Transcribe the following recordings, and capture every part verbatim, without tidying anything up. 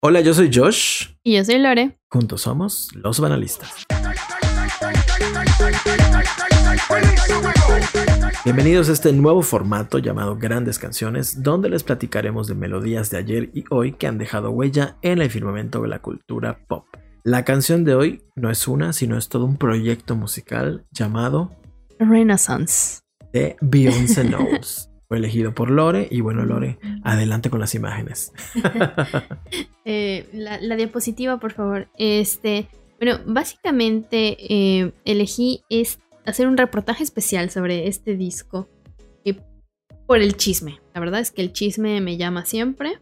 Hola, yo soy Josh. Y yo soy Lore. Juntos somos Los Banalistas. Bienvenidos a este nuevo formato llamado Grandes Canciones, donde les platicaremos de melodías de ayer y hoy que han dejado huella en el firmamento de la cultura pop. La canción de hoy no es una, sino es todo un proyecto musical llamado Renaissance de Beyoncé Knowles. Fue elegido por Lore y bueno, Lore, adelante con las imágenes. eh, la, la diapositiva, por favor. Este, bueno, básicamente eh, elegí es hacer un reportaje especial sobre este disco eh, por el chisme. La verdad es que el chisme me llama siempre.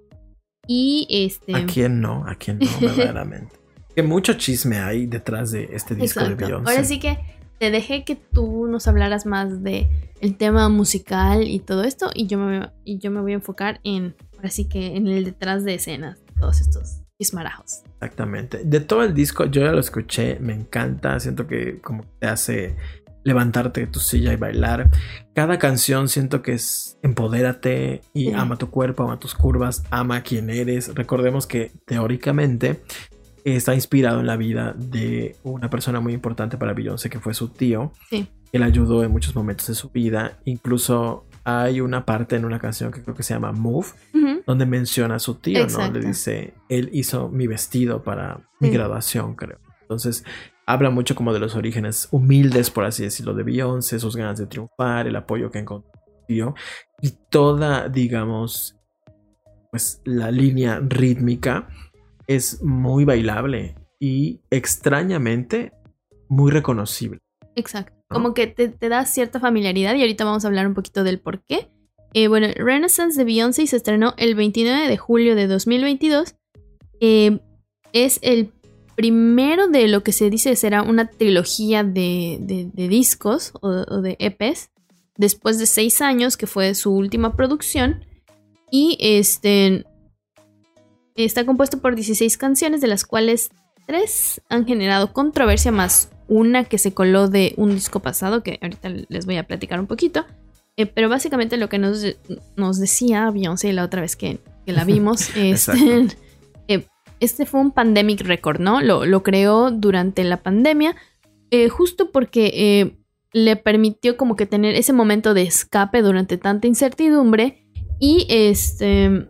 Y este. ¿A quién no? ¿A quién no? Verdaderamente. Que mucho chisme hay detrás de este disco. Exacto. De Beyoncé. Ahora sí que te dejé que tú nos hablaras más de el tema musical y todo esto, y yo me, y yo me voy a enfocar en, ahora sí que en el detrás de escenas, todos estos chismarajos. Exactamente. De todo el disco, yo ya lo escuché, me encanta, siento que como te hace levantarte de tu silla y bailar. Cada canción siento que es empodérate y sí. Ama tu cuerpo, ama tus curvas, ama quién eres. Recordemos que teóricamente está inspirado en la vida de una persona muy importante para Beyoncé, que fue su tío. Sí. Que le ayudó en muchos momentos de su vida. Incluso hay una parte en una canción que creo que se llama Move, uh-huh. donde menciona a su tío, exacto. ¿no? Le dice, él hizo mi vestido para mi sí. graduación, creo. Entonces, habla mucho como de los orígenes humildes, por así decirlo, de Beyoncé, sus ganas de triunfar, el apoyo que encontró y toda, digamos, pues la línea rítmica es muy bailable y extrañamente muy reconocible. Exacto. Como que te, te da cierta familiaridad y ahorita vamos a hablar un poquito del por qué. Eh, bueno, Renaissance de Beyoncé se estrenó el veintinueve de julio de dos mil veintidós. Eh, es el primero de lo que se dice será una trilogía de, de, de discos o, o de E Pes. Después de seis años, que fue su última producción. Y este está compuesto por dieciséis canciones, de las cuales tres han generado controversia, más una que se coló de un disco pasado, que ahorita les voy a platicar un poquito. Eh, pero básicamente lo que nos, nos decía Beyoncé la otra vez que, que la vimos, este, eh, este fue un pandemic record, ¿no? Lo, lo creó durante la pandemia, eh, justo porque eh, le permitió como que tener ese momento de escape durante tanta incertidumbre. Y este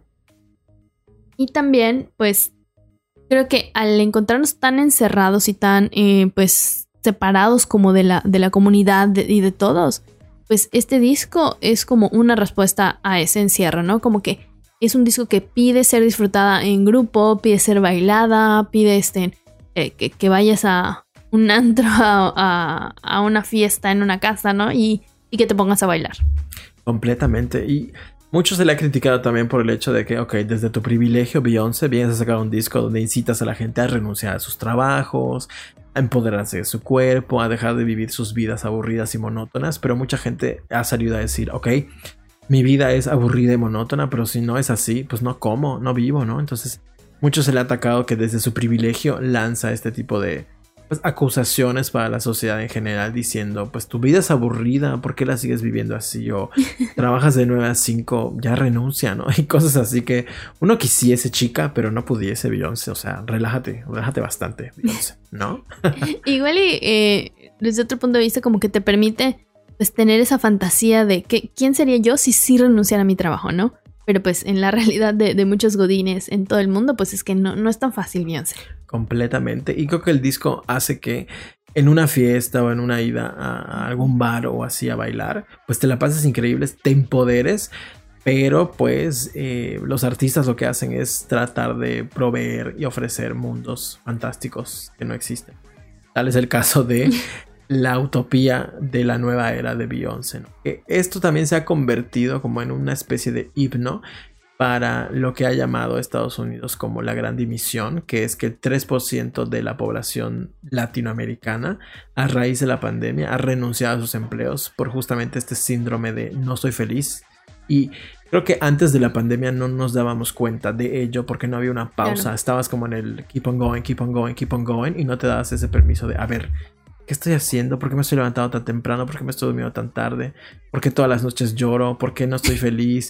y también, pues, creo que al encontrarnos tan encerrados y tan, eh, pues, separados como de la, de la comunidad de, y de todos, pues este disco es como una respuesta a ese encierro, ¿no? Como que es un disco que pide ser disfrutada en grupo, pide ser bailada, pide este, eh, que, que vayas a un antro, a, a, a una fiesta en una casa, ¿no? Y, y que te pongas a bailar. Completamente. Y mucho se le ha criticado también por el hecho de que, ok, desde tu privilegio, Beyoncé, vienes a sacar un disco donde incitas a la gente a renunciar a sus trabajos, a empoderarse de su cuerpo, a dejar de vivir sus vidas aburridas y monótonas, pero mucha gente ha salido a decir, ok, mi vida es aburrida y monótona, pero si no es así, pues no como, no vivo, ¿no? Entonces, mucho se le ha atacado que desde su privilegio lanza este tipo de pues, acusaciones para la sociedad en general, diciendo, pues tu vida es aburrida, ¿por qué la sigues viviendo así? O trabajas de nueve a cinco, ya renuncia, ¿no? Y cosas así que uno quisiese, chica, pero no pudiese, Beyoncé. O sea, relájate, relájate bastante, Beyoncé, ¿no? Igual y eh, desde otro punto de vista como que te permite pues tener esa fantasía de que quién sería yo si sí renunciara a mi trabajo, ¿no? Pero pues en la realidad de, de muchos godines en todo el mundo, pues es que no, no es tan fácil, Beyoncé. Completamente. Y creo que el disco hace que en una fiesta o en una ida a algún bar o así a bailar, pues te la pases increíble, te empoderes, pero pues eh, los artistas lo que hacen es tratar de proveer y ofrecer mundos fantásticos que no existen. Tal es el caso de la utopía de la nueva era de Beyoncé, ¿no? Que esto también se ha convertido como en una especie de himno para lo que ha llamado Estados Unidos como la gran dimisión, que es que el tres por ciento de la población latinoamericana a raíz de la pandemia ha renunciado a sus empleos por justamente este síndrome de no estoy feliz. Y creo que antes de la pandemia no nos dábamos cuenta de ello porque no había una pausa. Claro. Estabas como en el keep on going, keep on going, keep on going y no te dabas ese permiso de, a ver, ¿qué estoy haciendo? ¿Por qué me estoy levantando tan temprano? ¿Por qué me estoy durmiendo tan tarde? ¿Por qué todas las noches lloro? ¿Por qué no estoy feliz?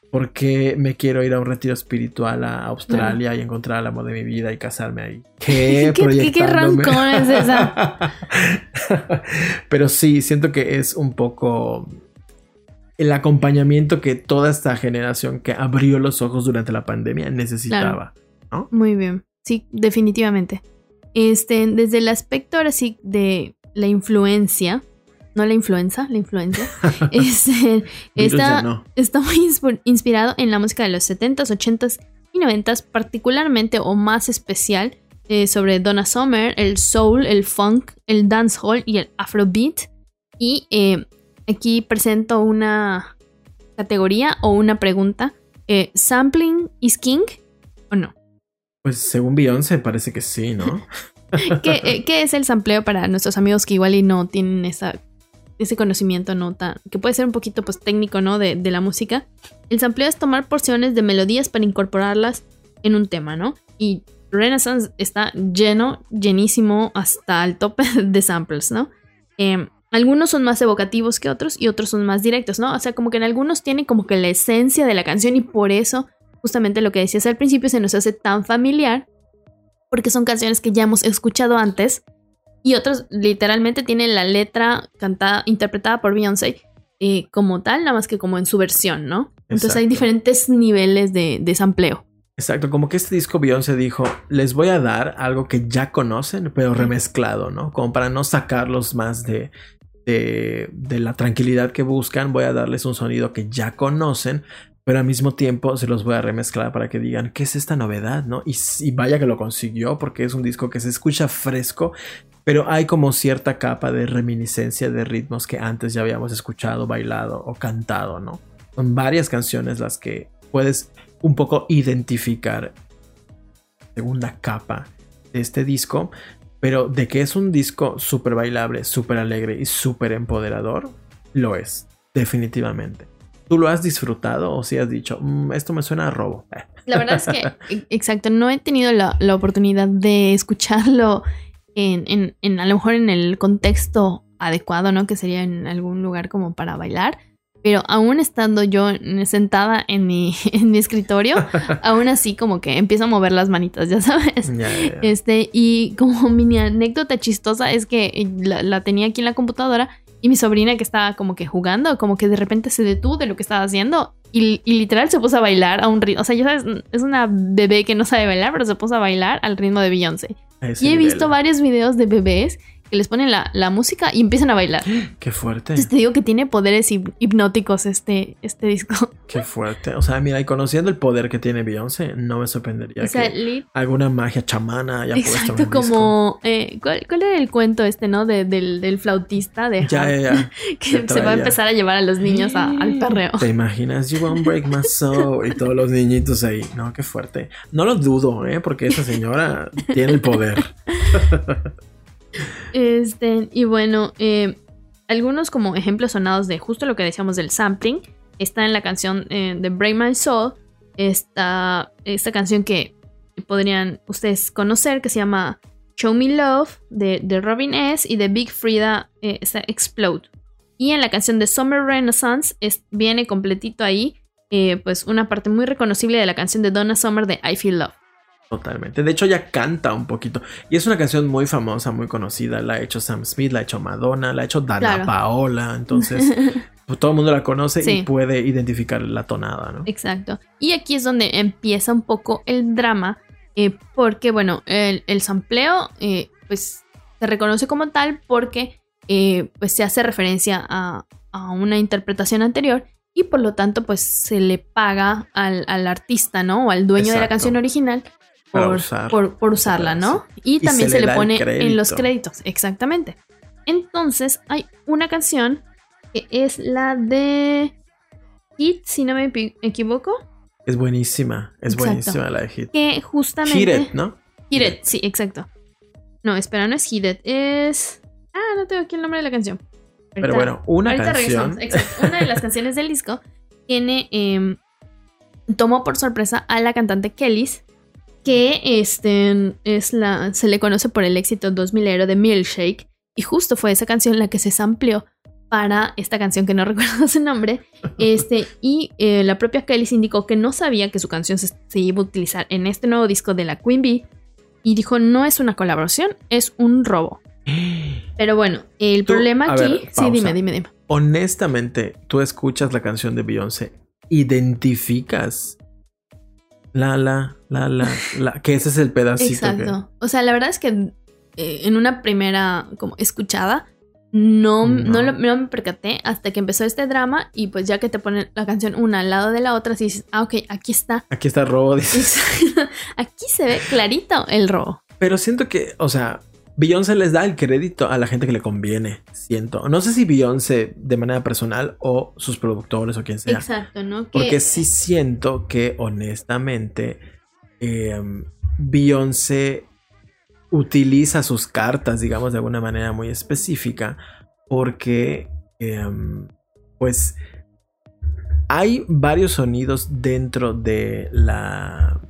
porque me quiero ir a un retiro espiritual a Australia claro. y encontrar el amor de mi vida y casarme ahí. ¿Qué? ¿Qué, ¿Qué, qué rancón es esa? Pero sí, siento que es un poco el acompañamiento que toda esta generación que abrió los ojos durante la pandemia necesitaba, claro. ¿no? Muy bien, sí, definitivamente. Este, desde el aspecto ahora sí de la influencia, no la influenza, la influencia, este, está, no. está muy inspirado en la música de los setentas, ochentas y noventas, particularmente o más especial eh, sobre Donna Summer, el soul, el funk, el dancehall y el afrobeat. Y eh, aquí presento una categoría o una pregunta. Eh, ¿Sampling is king o no? Pues según Beyoncé parece que sí, ¿no? ¿Qué, eh, ¿Qué es el sampleo para nuestros amigos que igual y no tienen esa... ese conocimiento no tan, que puede ser un poquito pues técnico, ¿no? De, de la música. El sampleo es tomar porciones de melodías para incorporarlas en un tema, ¿no? Y Renaissance está lleno, llenísimo hasta el tope de samples, ¿no? Eh, algunos son más evocativos que otros y otros son más directos, ¿no? O sea, como que en algunos tiene como que la esencia de la canción y por eso justamente lo que decías al principio se nos hace tan familiar porque son canciones que ya hemos escuchado antes. Y otros literalmente tienen la letra cantada, interpretada por Beyoncé eh, como tal, nada más que como en su versión, ¿no? Entonces Exacto. hay diferentes niveles de, de sampleo. Exacto, como que este disco Beyoncé dijo, les voy a dar algo que ya conocen, pero remezclado, ¿no? Como para no sacarlos más de, de, de la tranquilidad que buscan, voy a darles un sonido que ya conocen, pero al mismo tiempo se los voy a remezclar para que digan, ¿qué es esta novedad, no? Y, y vaya que lo consiguió, porque es un disco que se escucha fresco, pero hay como cierta capa de reminiscencia de ritmos que antes ya habíamos escuchado, bailado o cantado, ¿no? Son varias canciones las que puedes un poco identificar segunda capa de este disco, pero de que es un disco súper bailable, súper alegre y súper empoderador, lo es, definitivamente. ¿Tú lo has disfrutado o si has dicho, mmm, esto me suena a robo? La verdad es que, exacto, no he tenido la, la oportunidad de escucharlo En, en, en a lo mejor en el contexto adecuado, ¿no? Que sería en algún lugar como para bailar. Pero aún estando yo sentada en mi, en mi escritorio, aún así como que empiezo a mover las manitas, ya sabes. Yeah, yeah. Este, y como mini anécdota chistosa es que la, la tenía aquí en la computadora y mi sobrina que estaba como que jugando, como que de repente se detuvo de lo que estaba haciendo y, y literal se puso a bailar a un ritmo. O sea, ya sabes, es una bebé que no sabe bailar, pero se puso a bailar al ritmo de Beyoncé. Y he nivel. visto varios videos de bebés que les ponen la, la música y empiezan a bailar. ¡Qué fuerte! Entonces te digo que tiene poderes hipnóticos este, este disco. ¡Qué fuerte! O sea, mira, y conociendo el poder que tiene Beyoncé, no me sorprendería o sea, que li- alguna magia chamana haya exacto, puesto en un como... Eh, ¿cuál, ¿Cuál era el cuento este, no? De, del, del flautista de ya, ya, ya. que se va a empezar a llevar a los niños a, al perreo. ¿Te imaginas? You won't break my soul. Y todos los niñitos ahí. No, qué fuerte. No lo dudo, ¿eh? Porque esa señora tiene el poder. Este, y bueno, eh, algunos como ejemplos sonados de justo lo que decíamos del sampling está en la canción eh, de Break My Soul, esta, esta canción que podrían ustedes conocer que se llama Show Me Love de, de Robin S. y de Big Frida, eh, está Explode. Y en la canción de Summer Renaissance es, viene completito ahí eh, pues una parte muy reconocible de la canción de Donna Summer de I Feel Love. Totalmente. De hecho, ella canta un poquito. Y es una canción muy famosa, muy conocida. La ha hecho Sam Smith, la ha hecho Madonna, la ha hecho Dana claro. Paola. Entonces, pues, todo el mundo la conoce sí. y puede identificar la tonada, ¿no? Exacto. Y aquí es donde empieza un poco el drama. Eh, porque, bueno, el, el sampleo, eh, pues, se reconoce como tal porque, eh, pues, se hace referencia a, a una interpretación anterior. Y por lo tanto, pues, se le paga al, al artista, ¿no? O al dueño Exacto. de la canción original. Por, usar, por, por usarla, ¿no? Y, y también se, se le, le pone en los créditos, exactamente. Entonces hay una canción que es la de Hit, si no me equivoco. Es buenísima, es exacto. buenísima la de Hit. Que justamente... Hit It, ¿no? Hit It, sí, exacto. No, espera, no es Hit It, es... Ah, no tengo aquí el nombre de la canción. Ahorita, Pero bueno, una canción... Exacto, una de las canciones del disco tiene... Eh, tomó por sorpresa a la cantante Kellys, que este, es la, se le conoce por el éxito dos milero de Milkshake, y justo fue esa canción la que se sampleó para esta canción que no recuerdo su nombre. Este, y eh, la propia Kelly se indicó que no sabía que su canción se, se iba a utilizar en este nuevo disco de la Queen Bee. Y dijo, no es una colaboración, es un robo. Pero bueno, el Tú, problema aquí... Ver, sí, dime, dime, dime. Honestamente, tú escuchas la canción de Beyoncé, identificas la, la, la, la, la, que ese es el pedacito. Exacto. Que... O sea, la verdad es que eh, en una primera como escuchada... No, no. No, lo, no me percaté hasta que empezó este drama y pues ya que te ponen la canción una al lado de la otra, si dices, ah, ok, aquí está. Aquí está el robo, dices. Aquí se ve clarito el robo. Pero siento que, o sea, Beyoncé les da el crédito a la gente que le conviene, siento. No sé si Beyoncé de manera personal o sus productores o quien sea. Exacto, ¿no? Que... Porque sí siento que honestamente eh, Beyoncé... utiliza sus cartas, digamos, de alguna manera muy específica, porque eh, pues hay varios sonidos dentro de la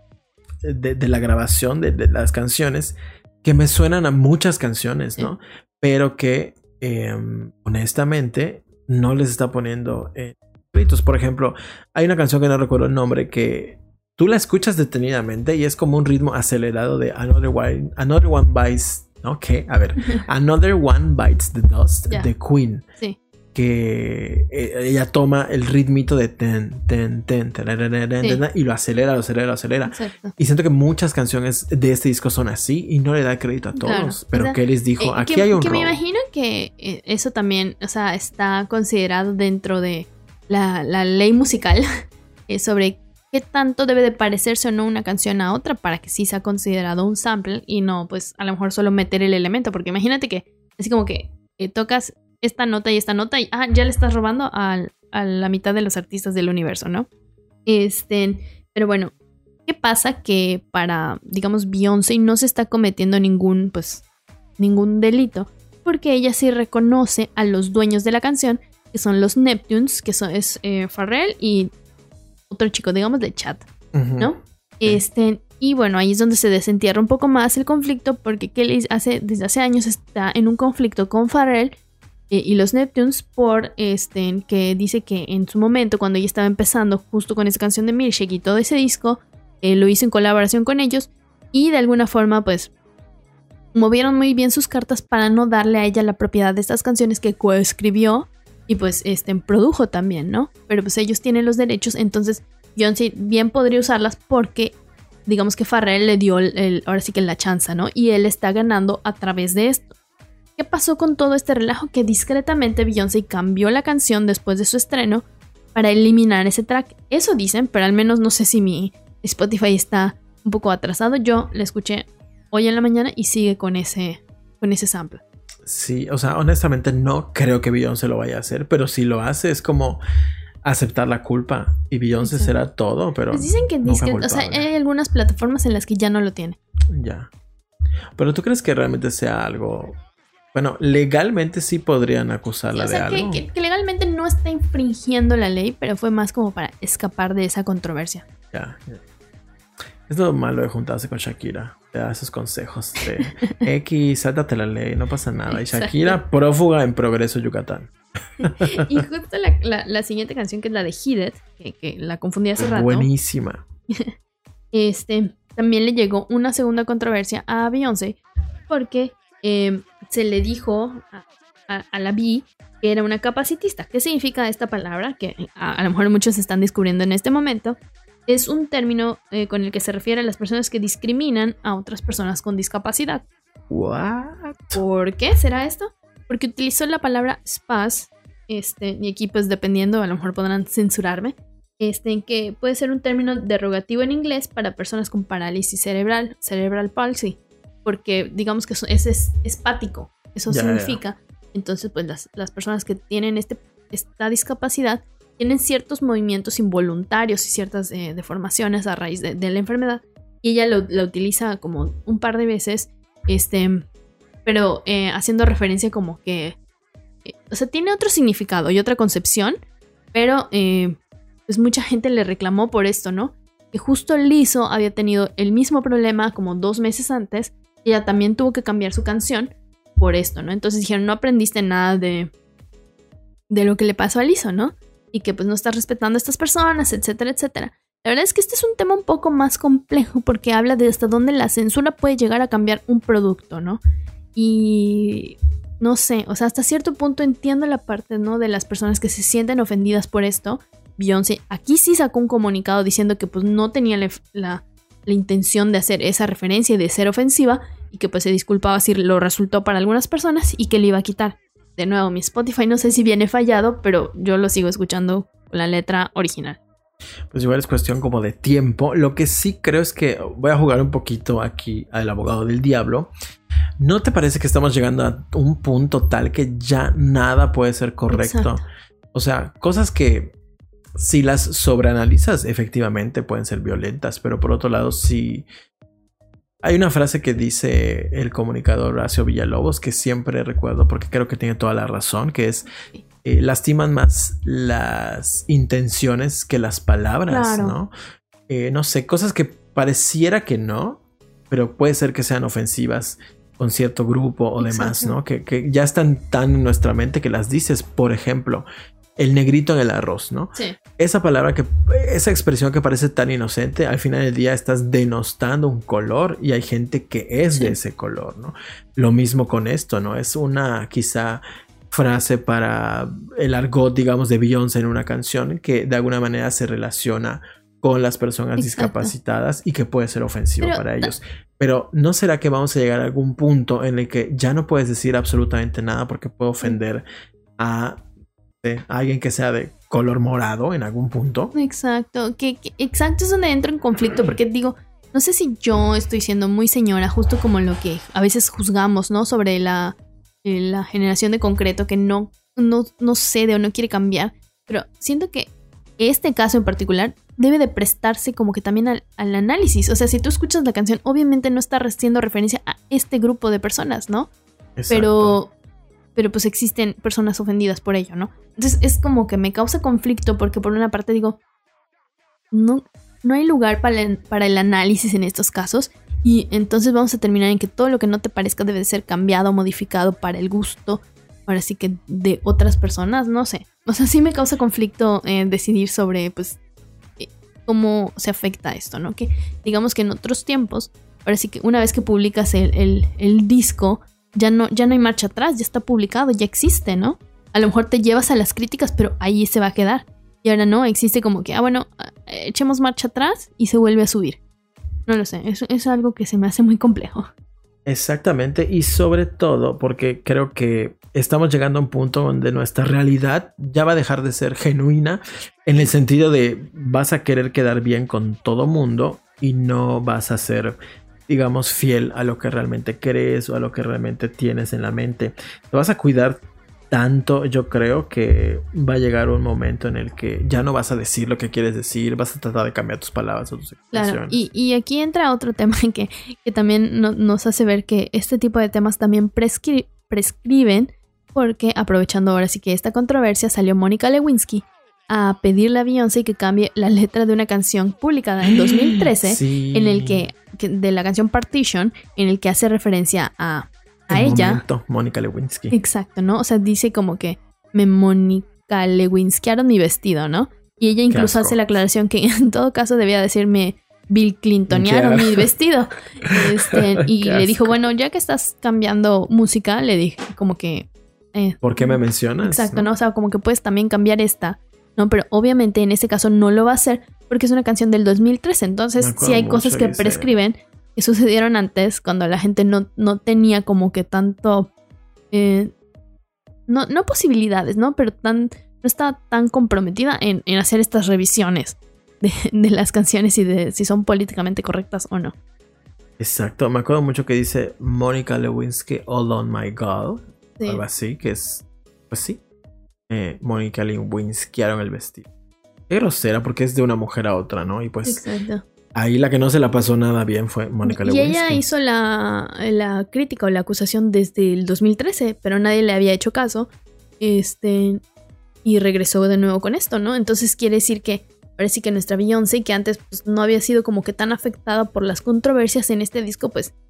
de, de la grabación de, de las canciones que me suenan a muchas canciones, ¿no? Sí. Pero que eh, honestamente no les está poniendo en créditos. Por ejemplo, hay una canción que no recuerdo el nombre que tú la escuchas detenidamente y es como un ritmo acelerado de Another One, Another One Bites, ¿no? ¿Qué? A ver, Another One Bites the Dust yeah. de Queen. Sí. Que ella toma el ritmito de ten, ten, ten, ten, ten, ten, ten, ten sí. y lo acelera, lo acelera, lo acelera. Exacto. Y siento que muchas canciones de este disco son así y no le da crédito a todos. Claro. Pero o sea, Kelly dijo, eh, aquí que, hay un que robo. Me imagino que eso también, o sea, está considerado dentro de la, la ley musical eh, sobre qué tanto debe de parecerse o no una canción a otra para que sí sea considerado un sample y no, pues, a lo mejor solo meter el elemento. Porque imagínate que así como que eh, tocas esta nota y esta nota y ah, ya le estás robando a, a la mitad de los artistas del universo, ¿no? Este, pero bueno, ¿qué pasa? Que para, digamos, Beyoncé no se está cometiendo ningún, pues, ningún delito, porque ella sí reconoce a los dueños de la canción, que son los Neptunes, que son, es eh, Pharrell y otro chico, digamos, de Chat, uh-huh. ¿no? Sí. Este, y bueno, ahí es donde se desentierra un poco más el conflicto, porque Kelly hace, desde hace años está en un conflicto con Pharrell y los Neptunes por este que dice que en su momento cuando ella estaba empezando justo con esa canción de Milkshake y todo ese disco eh, lo hizo en colaboración con ellos y de alguna forma pues movieron muy bien sus cartas para no darle a ella la propiedad de estas canciones que coescribió y pues este produjo también, ¿no? Pero pues ellos tienen los derechos, entonces Beyoncé bien podría usarlas porque digamos que Pharrell le dio el, el, ahora sí que la chance, ¿no? Y él está ganando a través de esto. ¿Qué pasó con todo este relajo? Que discretamente Beyoncé cambió la canción después de su estreno para eliminar ese track. Eso dicen, pero al menos no sé si mi Spotify está un poco atrasado. Yo la escuché hoy en la mañana y sigue con ese, con ese sample. Sí, o sea, honestamente no creo que Beyoncé lo vaya a hacer, pero si lo hace es como aceptar la culpa y Beyoncé sí. será todo, pero pues dicen que discret- o sea, hay algunas plataformas en las que ya no lo tiene. Ya. Pero ¿tú crees que realmente sea algo? Bueno, legalmente sí podrían acusarla sí, o sea, de que, algo. Que, que legalmente no está infringiendo la ley, pero fue más como para escapar de esa controversia. Ya, ya. Es lo malo de juntarse con Shakira. Te da esos consejos de X, sáltate la ley, no pasa nada. Y Shakira, prófuga en Progreso, Yucatán. Y justo la, la, la siguiente canción, que es la de Hit It, que, que la confundí hace rato. Buenísima. Este, también le llegó una segunda controversia a Beyoncé, porque eh, se le dijo a, a, a la Bee que era una capacitista. ¿Qué significa esta palabra? Que a, a lo mejor muchos están descubriendo en este momento. Es un término eh, con el que se refiere a las personas que discriminan a otras personas con discapacidad. ¿What? ¿Por qué será esto? Porque utilizó la palabra spaz, este, y aquí pues dependiendo, a lo mejor podrán censurarme, este, que puede ser un término derogativo en inglés para personas con parálisis cerebral, cerebral palsy, porque digamos que es, es espático, eso yeah, significa. Yeah. Entonces pues las, las personas que tienen este, esta discapacidad tienen ciertos movimientos involuntarios y ciertas eh, deformaciones a raíz de, de la enfermedad, y ella lo, la utiliza como un par de veces, este, pero eh, haciendo referencia como que, eh, o sea, tiene otro significado y otra concepción, pero eh, pues mucha gente le reclamó por esto, ¿no? Que justo Lizzo había tenido el mismo problema como dos meses antes, y ella también tuvo que cambiar su canción por esto, ¿no? Entonces dijeron, no aprendiste nada de, de lo que le pasó a Lizzo, ¿no? Y que pues no estás respetando a estas personas, etcétera, etcétera. La verdad es que este es un tema un poco más complejo porque habla de hasta dónde la censura puede llegar a cambiar un producto, ¿no? Y no sé, o sea, hasta cierto punto entiendo la parte, ¿no? De las personas que se sienten ofendidas por esto. Beyoncé aquí sí sacó un comunicado diciendo que pues no tenía la, la, la intención de hacer esa referencia y de ser ofensiva y que pues se disculpaba si lo resultó para algunas personas y que le iba a quitar. De nuevo, mi Spotify no sé si viene fallado, pero yo lo sigo escuchando con la letra original. Pues igual es cuestión como de tiempo. Lo que sí creo es que voy a jugar un poquito aquí al abogado del diablo. ¿No te parece que estamos llegando a un punto tal que ya nada puede ser correcto? Exacto. O sea, cosas que si las sobreanalizas efectivamente pueden ser violentas, pero por otro lado sí... Hay una frase que dice el comunicador Horacio Villalobos que siempre recuerdo porque creo que tiene toda la razón, que es eh, lastiman más las intenciones que las palabras, Claro. ¿no? Eh, no sé, cosas que pareciera que no, pero puede ser que sean ofensivas con cierto grupo o demás, Exacto. ¿no? Que, que ya están tan en nuestra mente que las dices. Por ejemplo, el negrito en el arroz, ¿no? Sí. Esa palabra que, esa expresión que parece tan inocente, al final del día estás denostando un color y hay gente que es Sí. de ese color, ¿no? Lo mismo con esto, ¿no? Es una quizá frase para el argot, digamos, de Beyoncé en una canción que de alguna manera se relaciona con las personas Exacto. discapacitadas y que puede ser ofensivo Pero, para ellos. Pero ¿no será que vamos a llegar a algún punto en el que ya no puedes decir absolutamente nada porque puede ofender a, a alguien que sea de color morado en algún punto? Exacto, que, que- exacto es donde entro en conflicto porque digo, no sé si yo estoy siendo muy señora, justo como lo que a veces juzgamos, ¿no? Sobre la, eh, la generación de concreto que no, no, no cede o no quiere cambiar, pero siento que este caso en particular debe de prestarse como que también al, al análisis. O sea, si tú escuchas la canción, obviamente no está haciendo referencia a este grupo de personas, ¿no? Exacto. Pero, pero pues existen personas ofendidas por ello, ¿no? Entonces es como que me causa conflicto porque por una parte digo, no, no hay lugar para el, para el análisis en estos casos y entonces vamos a terminar en que todo lo que no te parezca debe de ser cambiado o modificado para el gusto, ahora sí que de otras personas, no sé. O sea, sí me causa conflicto eh, decidir sobre, pues, eh, cómo se afecta esto, ¿no? Que digamos que en otros tiempos, ahora sí que una vez que publicas el, el, el disco, ya no, ya no hay marcha atrás, ya está publicado, ya existe, ¿no? A lo mejor te llevas a las críticas, pero ahí se va a quedar. Y ahora no, existe como que, ah, bueno, echemos marcha atrás y se vuelve a subir. No lo sé, es, es algo que se me hace muy complejo. Exactamente, y sobre todo porque creo que estamos llegando a un punto donde nuestra realidad ya va a dejar de ser genuina en el sentido de vas a querer quedar bien con todo mundo y no vas a ser, digamos, fiel a lo que realmente crees o a lo que realmente tienes en la mente. Te vas a cuidar tanto, yo creo que va a llegar un momento en el que ya no vas a decir lo que quieres decir, vas a tratar de cambiar tus palabras o tus expresiones. Claro, y, y aquí entra otro tema que, que también no, nos hace ver que este tipo de temas también prescri- prescriben, porque aprovechando ahora sí que esta controversia salió Mónica Lewinsky a pedirle a Beyoncé que cambie la letra de una canción publicada en dos mil trece, sí. en el que, que de la canción Partition, en el que hace referencia a a El ella. Momento, Mónica Lewinsky. Exacto, ¿no? O sea, dice como que me Mónica Lewinskyaron mi vestido, ¿no? Y ella incluso hace la aclaración que en todo caso debía decirme Bill Clintonearon mi vestido. Este, y Qué le asco. dijo, bueno, ya que estás cambiando música, le dije como que... Eh, ¿Por qué me mencionas? Exacto, ¿no? ¿no? O sea, como que puedes también cambiar esta, ¿no? Pero obviamente en este caso no lo va a hacer porque es una canción del dos mil trece. Entonces sí hay cosas que prescriben que sucedieron antes cuando la gente no, no tenía como que tanto... Eh, no, no posibilidades, ¿no? Pero tan, no estaba tan comprometida en, en hacer estas revisiones de, de las canciones y de si son políticamente correctas o no. Exacto, me acuerdo mucho que dice Mónica Lewinsky All on My God, sí. Algo así, que es, pues sí, eh, Mónica Lewinskyaron el vestido. Qué grosera porque es de una mujer a otra, ¿no? Y pues... Exacto. Ahí la que no se la pasó nada bien fue Mónica Lewinsky. Y ella hizo la, la crítica o la acusación desde el dos mil trece, pero nadie le había hecho caso. Este, y regresó de nuevo con esto, ¿no? Entonces quiere decir que parece que nuestra Beyoncé, que antes pues, no había sido como que tan afectada por las controversias en este disco, pues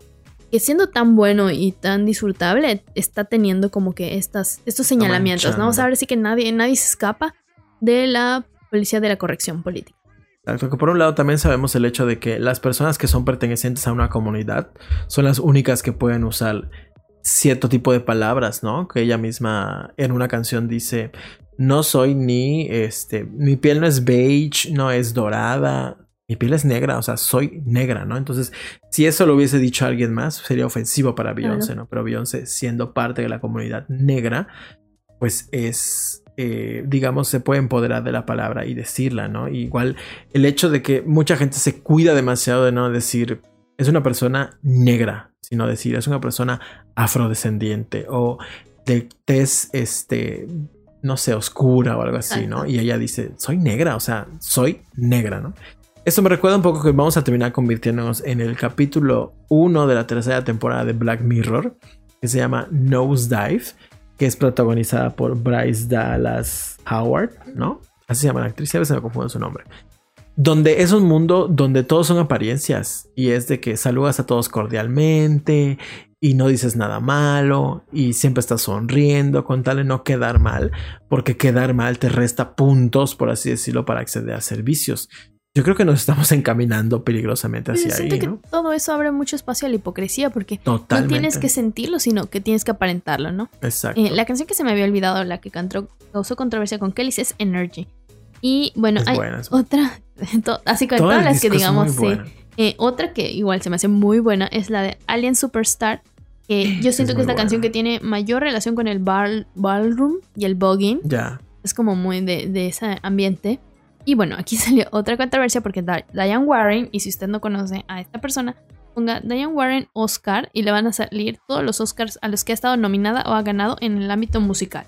que siendo tan bueno y tan disfrutable, está teniendo como que estas, estos señalamientos, ¿no? O sea, ahora sí que nadie, nadie se escapa de la policía de la corrección política. Exacto, que por un lado también sabemos el hecho de que las personas que son pertenecientes a una comunidad son las únicas que pueden usar cierto tipo de palabras, ¿no? Que ella misma en una canción dice, no soy ni, este, mi piel no es beige, no es dorada, mi piel es negra, o sea, soy negra, ¿no? Entonces, si eso lo hubiese dicho alguien más, sería ofensivo para Beyoncé, claro. ¿no? Pero Beyoncé, siendo parte de la comunidad negra, pues es... Eh, digamos, se puede empoderar de la palabra y decirla, ¿no? Y igual el hecho de que mucha gente se cuida demasiado de no decir es una persona negra, sino decir es una persona afrodescendiente o de tez, este, no sé, oscura o algo así, ¿no? Y ella dice, soy negra, o sea, soy negra, ¿no? Esto me recuerda un poco que vamos a terminar convirtiéndonos en el capítulo uno de la tercera temporada de Black Mirror, que se llama Nosedive, que es protagonizada por Bryce Dallas Howard, ¿no? Así se llama la actriz, a veces me confundo su nombre. Donde es un mundo donde todos son apariencias y es de que saludas a todos cordialmente y no dices nada malo y siempre estás sonriendo con tal de no quedar mal, porque quedar mal te resta puntos, por así decirlo, para acceder a servicios. Yo creo que nos estamos encaminando peligrosamente hacia Yo siento ahí, que ¿no? todo eso abre mucho espacio a la hipocresía porque Totalmente. No tienes que sentirlo, sino que tienes que aparentarlo, ¿no? Exacto. Eh, la canción que se me había olvidado, la que cantó, causó controversia con Kelly, es Energy. Y bueno, es hay buena, es otra, to, así como todas las que digamos, sí. Eh, otra que igual se me hace muy buena es la de Alien Superstar, que yo siento es que es la buena. Canción que tiene mayor relación con el bar, ballroom y el voguing. Ya. Yeah. Es como muy de, de ese ambiente. Y bueno, aquí salió otra controversia porque Diane Warren, y si usted no conoce a esta persona, ponga Diane Warren Oscar y le van a salir todos los Oscars a los que ha estado nominada o ha ganado en el ámbito musical.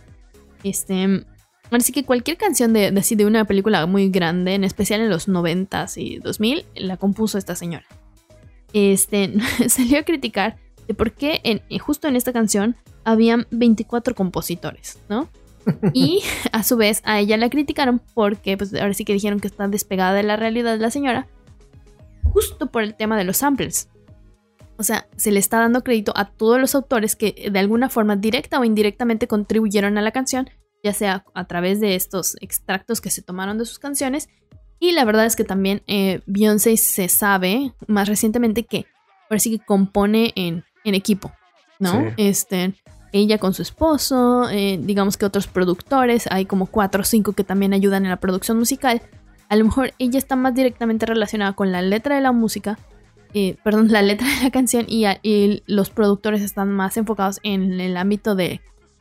Este, así que cualquier canción de, de, de una película muy grande, en especial en los noventas y dos mil, la compuso esta señora. Este, salió a criticar de por qué en, justo en esta canción habían veinticuatro compositores, ¿no? Y a su vez a ella la criticaron porque pues ahora sí que dijeron que está despegada de la realidad de la señora, justo por el tema de los samples. O sea, se le está dando crédito a todos los autores que de alguna forma directa o indirectamente contribuyeron a la canción, ya sea a través de estos extractos que se tomaron de sus canciones. Y la verdad es que también eh, Beyoncé se sabe más recientemente que ahora sí que compone en, en equipo, ¿no? Sí. Este... Ella con su esposo, eh, digamos que otros productores, hay como cuatro o cinco que también ayudan en la producción musical. A lo mejor ella está más directamente relacionada con la letra de la música, eh, perdón, la letra de la canción y, a, y los productores están más enfocados en el ámbito de,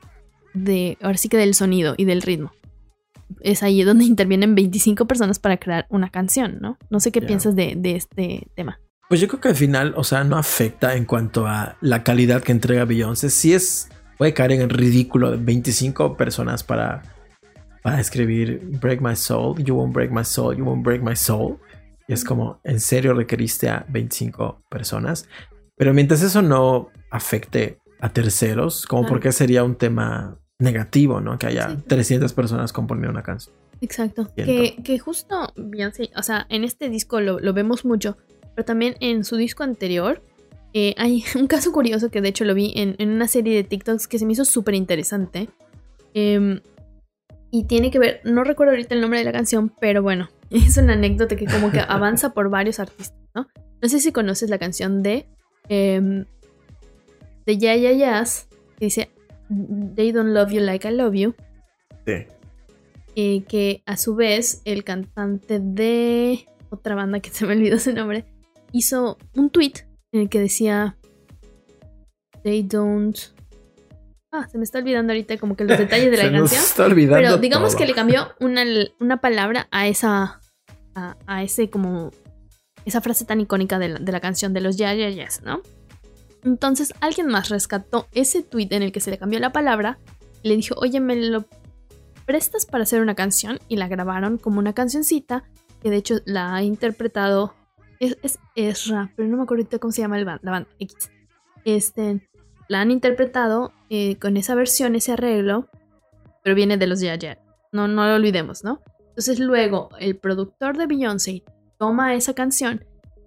de, ahora sí que del sonido y del ritmo. Es ahí donde intervienen veinticinco personas para crear una canción, ¿no? No sé qué yeah. piensas de, de este tema. Pues yo creo que al final, o sea, no afecta en cuanto a la calidad que entrega Beyoncé. Sí es... puede caer en el ridículo de veinticinco personas para, para escribir Break My Soul, You Won't Break My Soul, You Won't Break My Soul. Y es como, ¿en serio requeriste a veinticinco personas? Pero mientras eso no afecte a terceros, como ah. porque sería un tema negativo, ¿no? Que haya sí. trescientas personas componiendo una canción. Exacto. Que, que justo Beyoncé, o sea, en este disco lo, lo vemos mucho, pero también en su disco anterior, Eh, hay un caso curioso que de hecho lo vi en, en una serie de TikToks que se me hizo súper interesante. Eh, y tiene que ver, no recuerdo ahorita el nombre de la canción, pero bueno, es una anécdota que como que avanza por varios artistas, ¿no? No sé si conoces la canción de eh, de Yeah Yeah Yeahs, que dice They Don't Love You Like I Love You. Sí. Eh, que a su vez el cantante de otra banda que se me olvidó su nombre hizo un tweet en el que decía They don't... Ah, se me está olvidando ahorita como que los detalles de la se canción. Nos está olvidando pero digamos todo. Que le cambió una, una palabra a esa... A, a ese como... Esa frase tan icónica de la, de la canción de los Yeah Yeah Yeahs, ¿no? Entonces alguien más rescató ese tweet en el que se le cambió la palabra y le dijo, oye, ¿me lo prestas para hacer una canción? Y la grabaron como una cancioncita que de hecho la ha interpretado... Es, es, es rap, pero no me acuerdo cómo se llama el band, la banda X. Este, la han interpretado eh, con esa versión, ese arreglo, pero viene de los Yeah Yeah. No, no lo olvidemos, ¿no? Entonces luego el productor de Beyoncé toma esa canción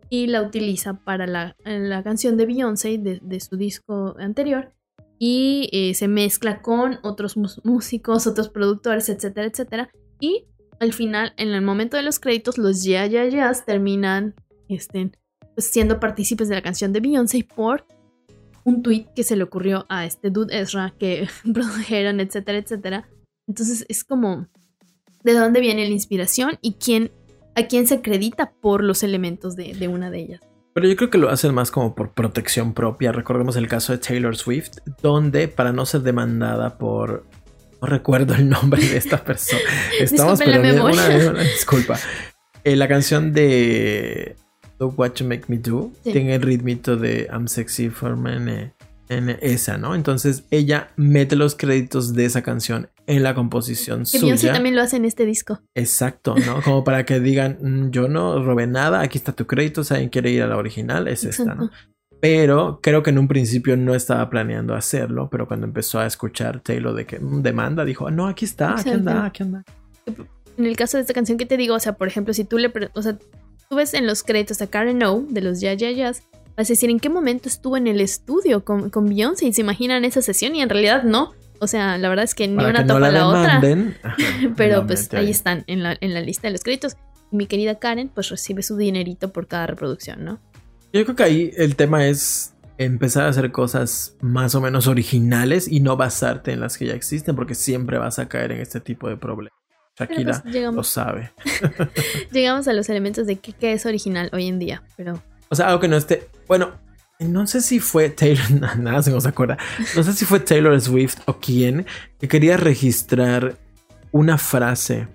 y la utiliza para la, la canción de Beyoncé de, de su disco anterior y eh, se mezcla con otros músicos, otros productores, etcétera, etcétera. Y al final, en el momento de los créditos, los Yeah Yeah Yeahs terminan este, pues, siendo partícipes de la canción de Beyoncé por un tweet que se le ocurrió a este dude Ezra que produjeron, etcétera, etcétera. Entonces es como de dónde viene la inspiración y quién, a quién se acredita por los elementos de, de una de ellas. Pero yo creo que lo hacen más como por protección propia. Recordemos el caso de Taylor Swift, donde para no ser demandada por... No recuerdo el nombre de esta persona. Estamos pero una, una, una disculpa. Eh, la canción de Look What You Make Me Do sí. tiene el ritmito de I'm Sexy for Men, eh, en esa, ¿no? Entonces ella mete los créditos de esa canción en la composición que suya. Beyoncé también lo hace en este disco. Exacto, ¿no? Como para que digan, mm, yo no robé nada, aquí está tu crédito, si alguien quiere ir a la original, es Exacto. esta, ¿no? Pero creo que en un principio no estaba planeando hacerlo, pero cuando empezó a escuchar Taylor de que mmm, demanda, dijo, no, aquí está, Exacto. aquí anda, aquí anda. En el caso de esta canción que te digo, o sea, por ejemplo, si tú le, o sea, tú ves en los créditos a Karen O de los Yeah Yeah Yeahs, vas a decir en qué momento estuvo en el estudio con, con Beyoncé y se imaginan esa sesión y en realidad no. O sea, la verdad es que ni Para una que topa no la, la demanden, otra. Ajá, pero pues ahí están en la, en la lista de los créditos. Y mi querida Karen pues recibe su dinerito por cada reproducción, ¿no? Yo creo que ahí el tema es empezar a hacer cosas más o menos originales y no basarte en las que ya existen, porque siempre vas a caer en este tipo de problemas. Shakira pues llegamos, lo sabe. Llegamos a los elementos de qué, qué es original hoy en día, pero... O sea, algo que no esté... Bueno, no sé si fue Taylor... Nada se nos acuerda. No sé si fue Taylor Swift o quién que quería registrar una frase.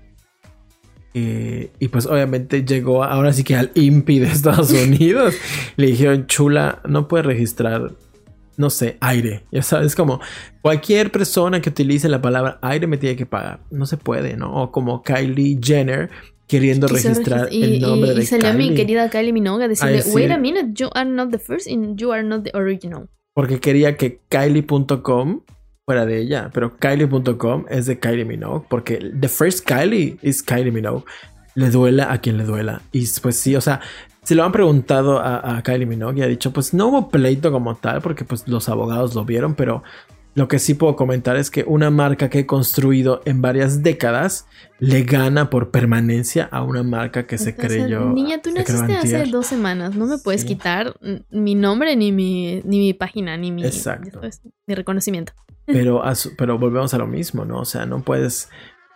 Eh, y pues obviamente llegó ahora sí que al I N P I de Estados Unidos. Le dijeron, chula, no puedes registrar... no sé, aire. Ya sabes, como cualquier persona que utilice la palabra aire me tiene que pagar. No se puede, ¿no? O como Kylie Jenner queriendo registrar y, el nombre y, de y salió Kylie. mi querida Kylie Minogue a decirle, a decir, wait a minute, you are not the first and you are not the original. Porque quería que Kylie punto com fuera de ella, pero Kylie punto com es de Kylie Minogue, porque the first Kylie is Kylie Minogue. Le duela a quien le duela. Y pues sí, o sea, se lo han preguntado a, a Kylie Minogue y ha dicho, pues no hubo pleito como tal, porque pues los abogados lo vieron, pero lo que sí puedo comentar es que una marca que he construido en varias décadas le gana por permanencia a una marca que se Entonces, creyó. Niña, tú naciste hace dos semanas, no me puedes sí. quitar mi nombre, ni mi, ni mi página, ni mi, Exacto. mi reconocimiento. Pero, a su, pero volvemos a lo mismo, ¿no? O sea, no puedes...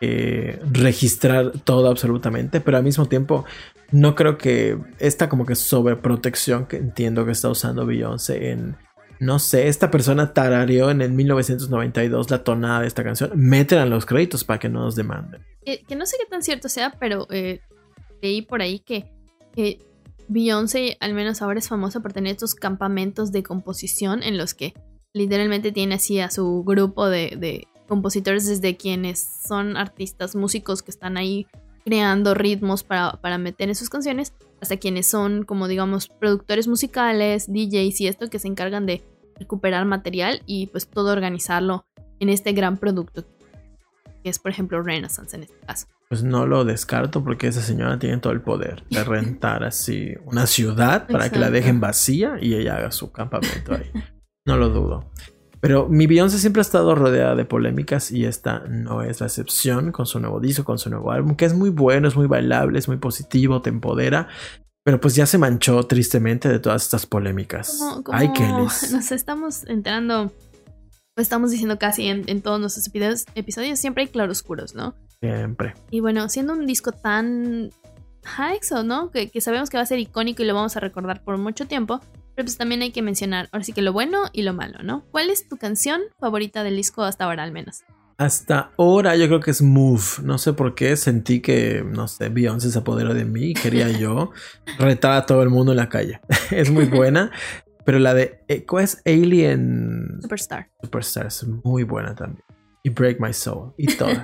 Eh, registrar todo absolutamente, pero al mismo tiempo no creo que esta como que sobreprotección que entiendo que está usando Beyoncé en, no sé, esta persona tarareó en el mil novecientos noventa y dos la tonada de esta canción, métela en los créditos para que no nos demanden. Eh, que no sé qué tan cierto sea, pero eh, leí por ahí que eh, Beyoncé al menos ahora es famosa por tener estos campamentos de composición en los que literalmente tiene así a su grupo de, de compositores, desde quienes son artistas, músicos que están ahí creando ritmos para, para meter en sus canciones, hasta quienes son como digamos productores musicales, D Js y esto, que se encargan de recuperar material y pues todo organizarlo en este gran producto que es por ejemplo Renaissance en este caso. Pues no lo descarto, porque esa señora tiene todo el poder de rentar así una ciudad para Exacto. que la dejen vacía y ella haga su campamento ahí. No lo dudo. Pero mi Beyoncé siempre ha estado rodeada de polémicas y esta no es la excepción, con su nuevo disco, con su nuevo álbum, que es muy bueno, es muy bailable, es muy positivo, te empodera. Pero pues ya se manchó tristemente de todas estas polémicas. Como, como Ay, Kellys. Nos estamos enterando, estamos diciendo casi en, en todos nuestros episodios, episodios, siempre hay claroscuros, ¿no? Siempre. Y bueno, siendo un disco tan Haxo, ¿no? Que, que sabemos que va a ser icónico y lo vamos a recordar por mucho tiempo. Pero pues también hay que mencionar, ahora sí que lo bueno y lo malo, ¿no? ¿Cuál es tu canción favorita del disco hasta ahora al menos? Hasta ahora yo creo que es Move. No sé por qué sentí que, no sé, Beyoncé se apoderó de mí y quería yo retar a todo el mundo en la calle. Es muy buena. Pero la de, ¿cuál es? Alien Superstar. Superstar es muy buena también. Y Break My Soul. Y todas.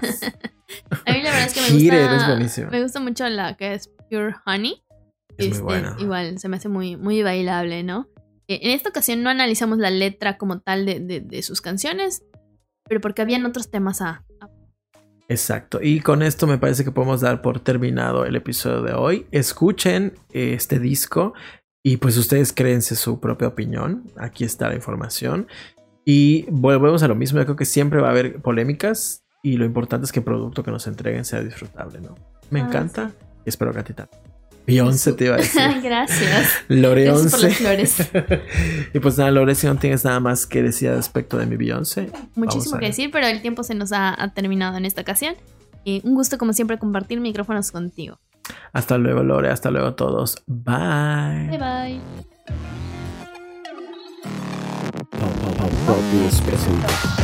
A mí la verdad es que me gusta, es buenísimo. Me gusta mucho la que es Pure Honey. Es este, muy buena. Igual se me hace muy, muy bailable, ¿no? Eh, en esta ocasión no analizamos la letra como tal de, de, de sus canciones, pero porque habían otros temas a, a... Exacto. Y con esto me parece que podemos dar por terminado el episodio de hoy. Escuchen este disco. Y pues ustedes créense su propia opinión. Aquí está la información. Y volvemos a lo mismo. Yo creo que siempre va a haber polémicas. Y lo importante es que el producto que nos entreguen sea disfrutable, ¿no? Me ah, encanta. Sí. Y espero que a ti también. Beyoncé te iba a decir. Gracias. Loreonce. Gracias por las flores. Y pues nada, Lore, si no tienes nada más que decir al respecto de mi Beyoncé. Muchísimo que decir, pero el tiempo se nos ha, ha terminado en esta ocasión. Eh, un gusto como siempre compartir micrófonos contigo. Hasta luego, Lore. Hasta luego a todos. Bye. Bye, bye. Pop, pop, pop, pop,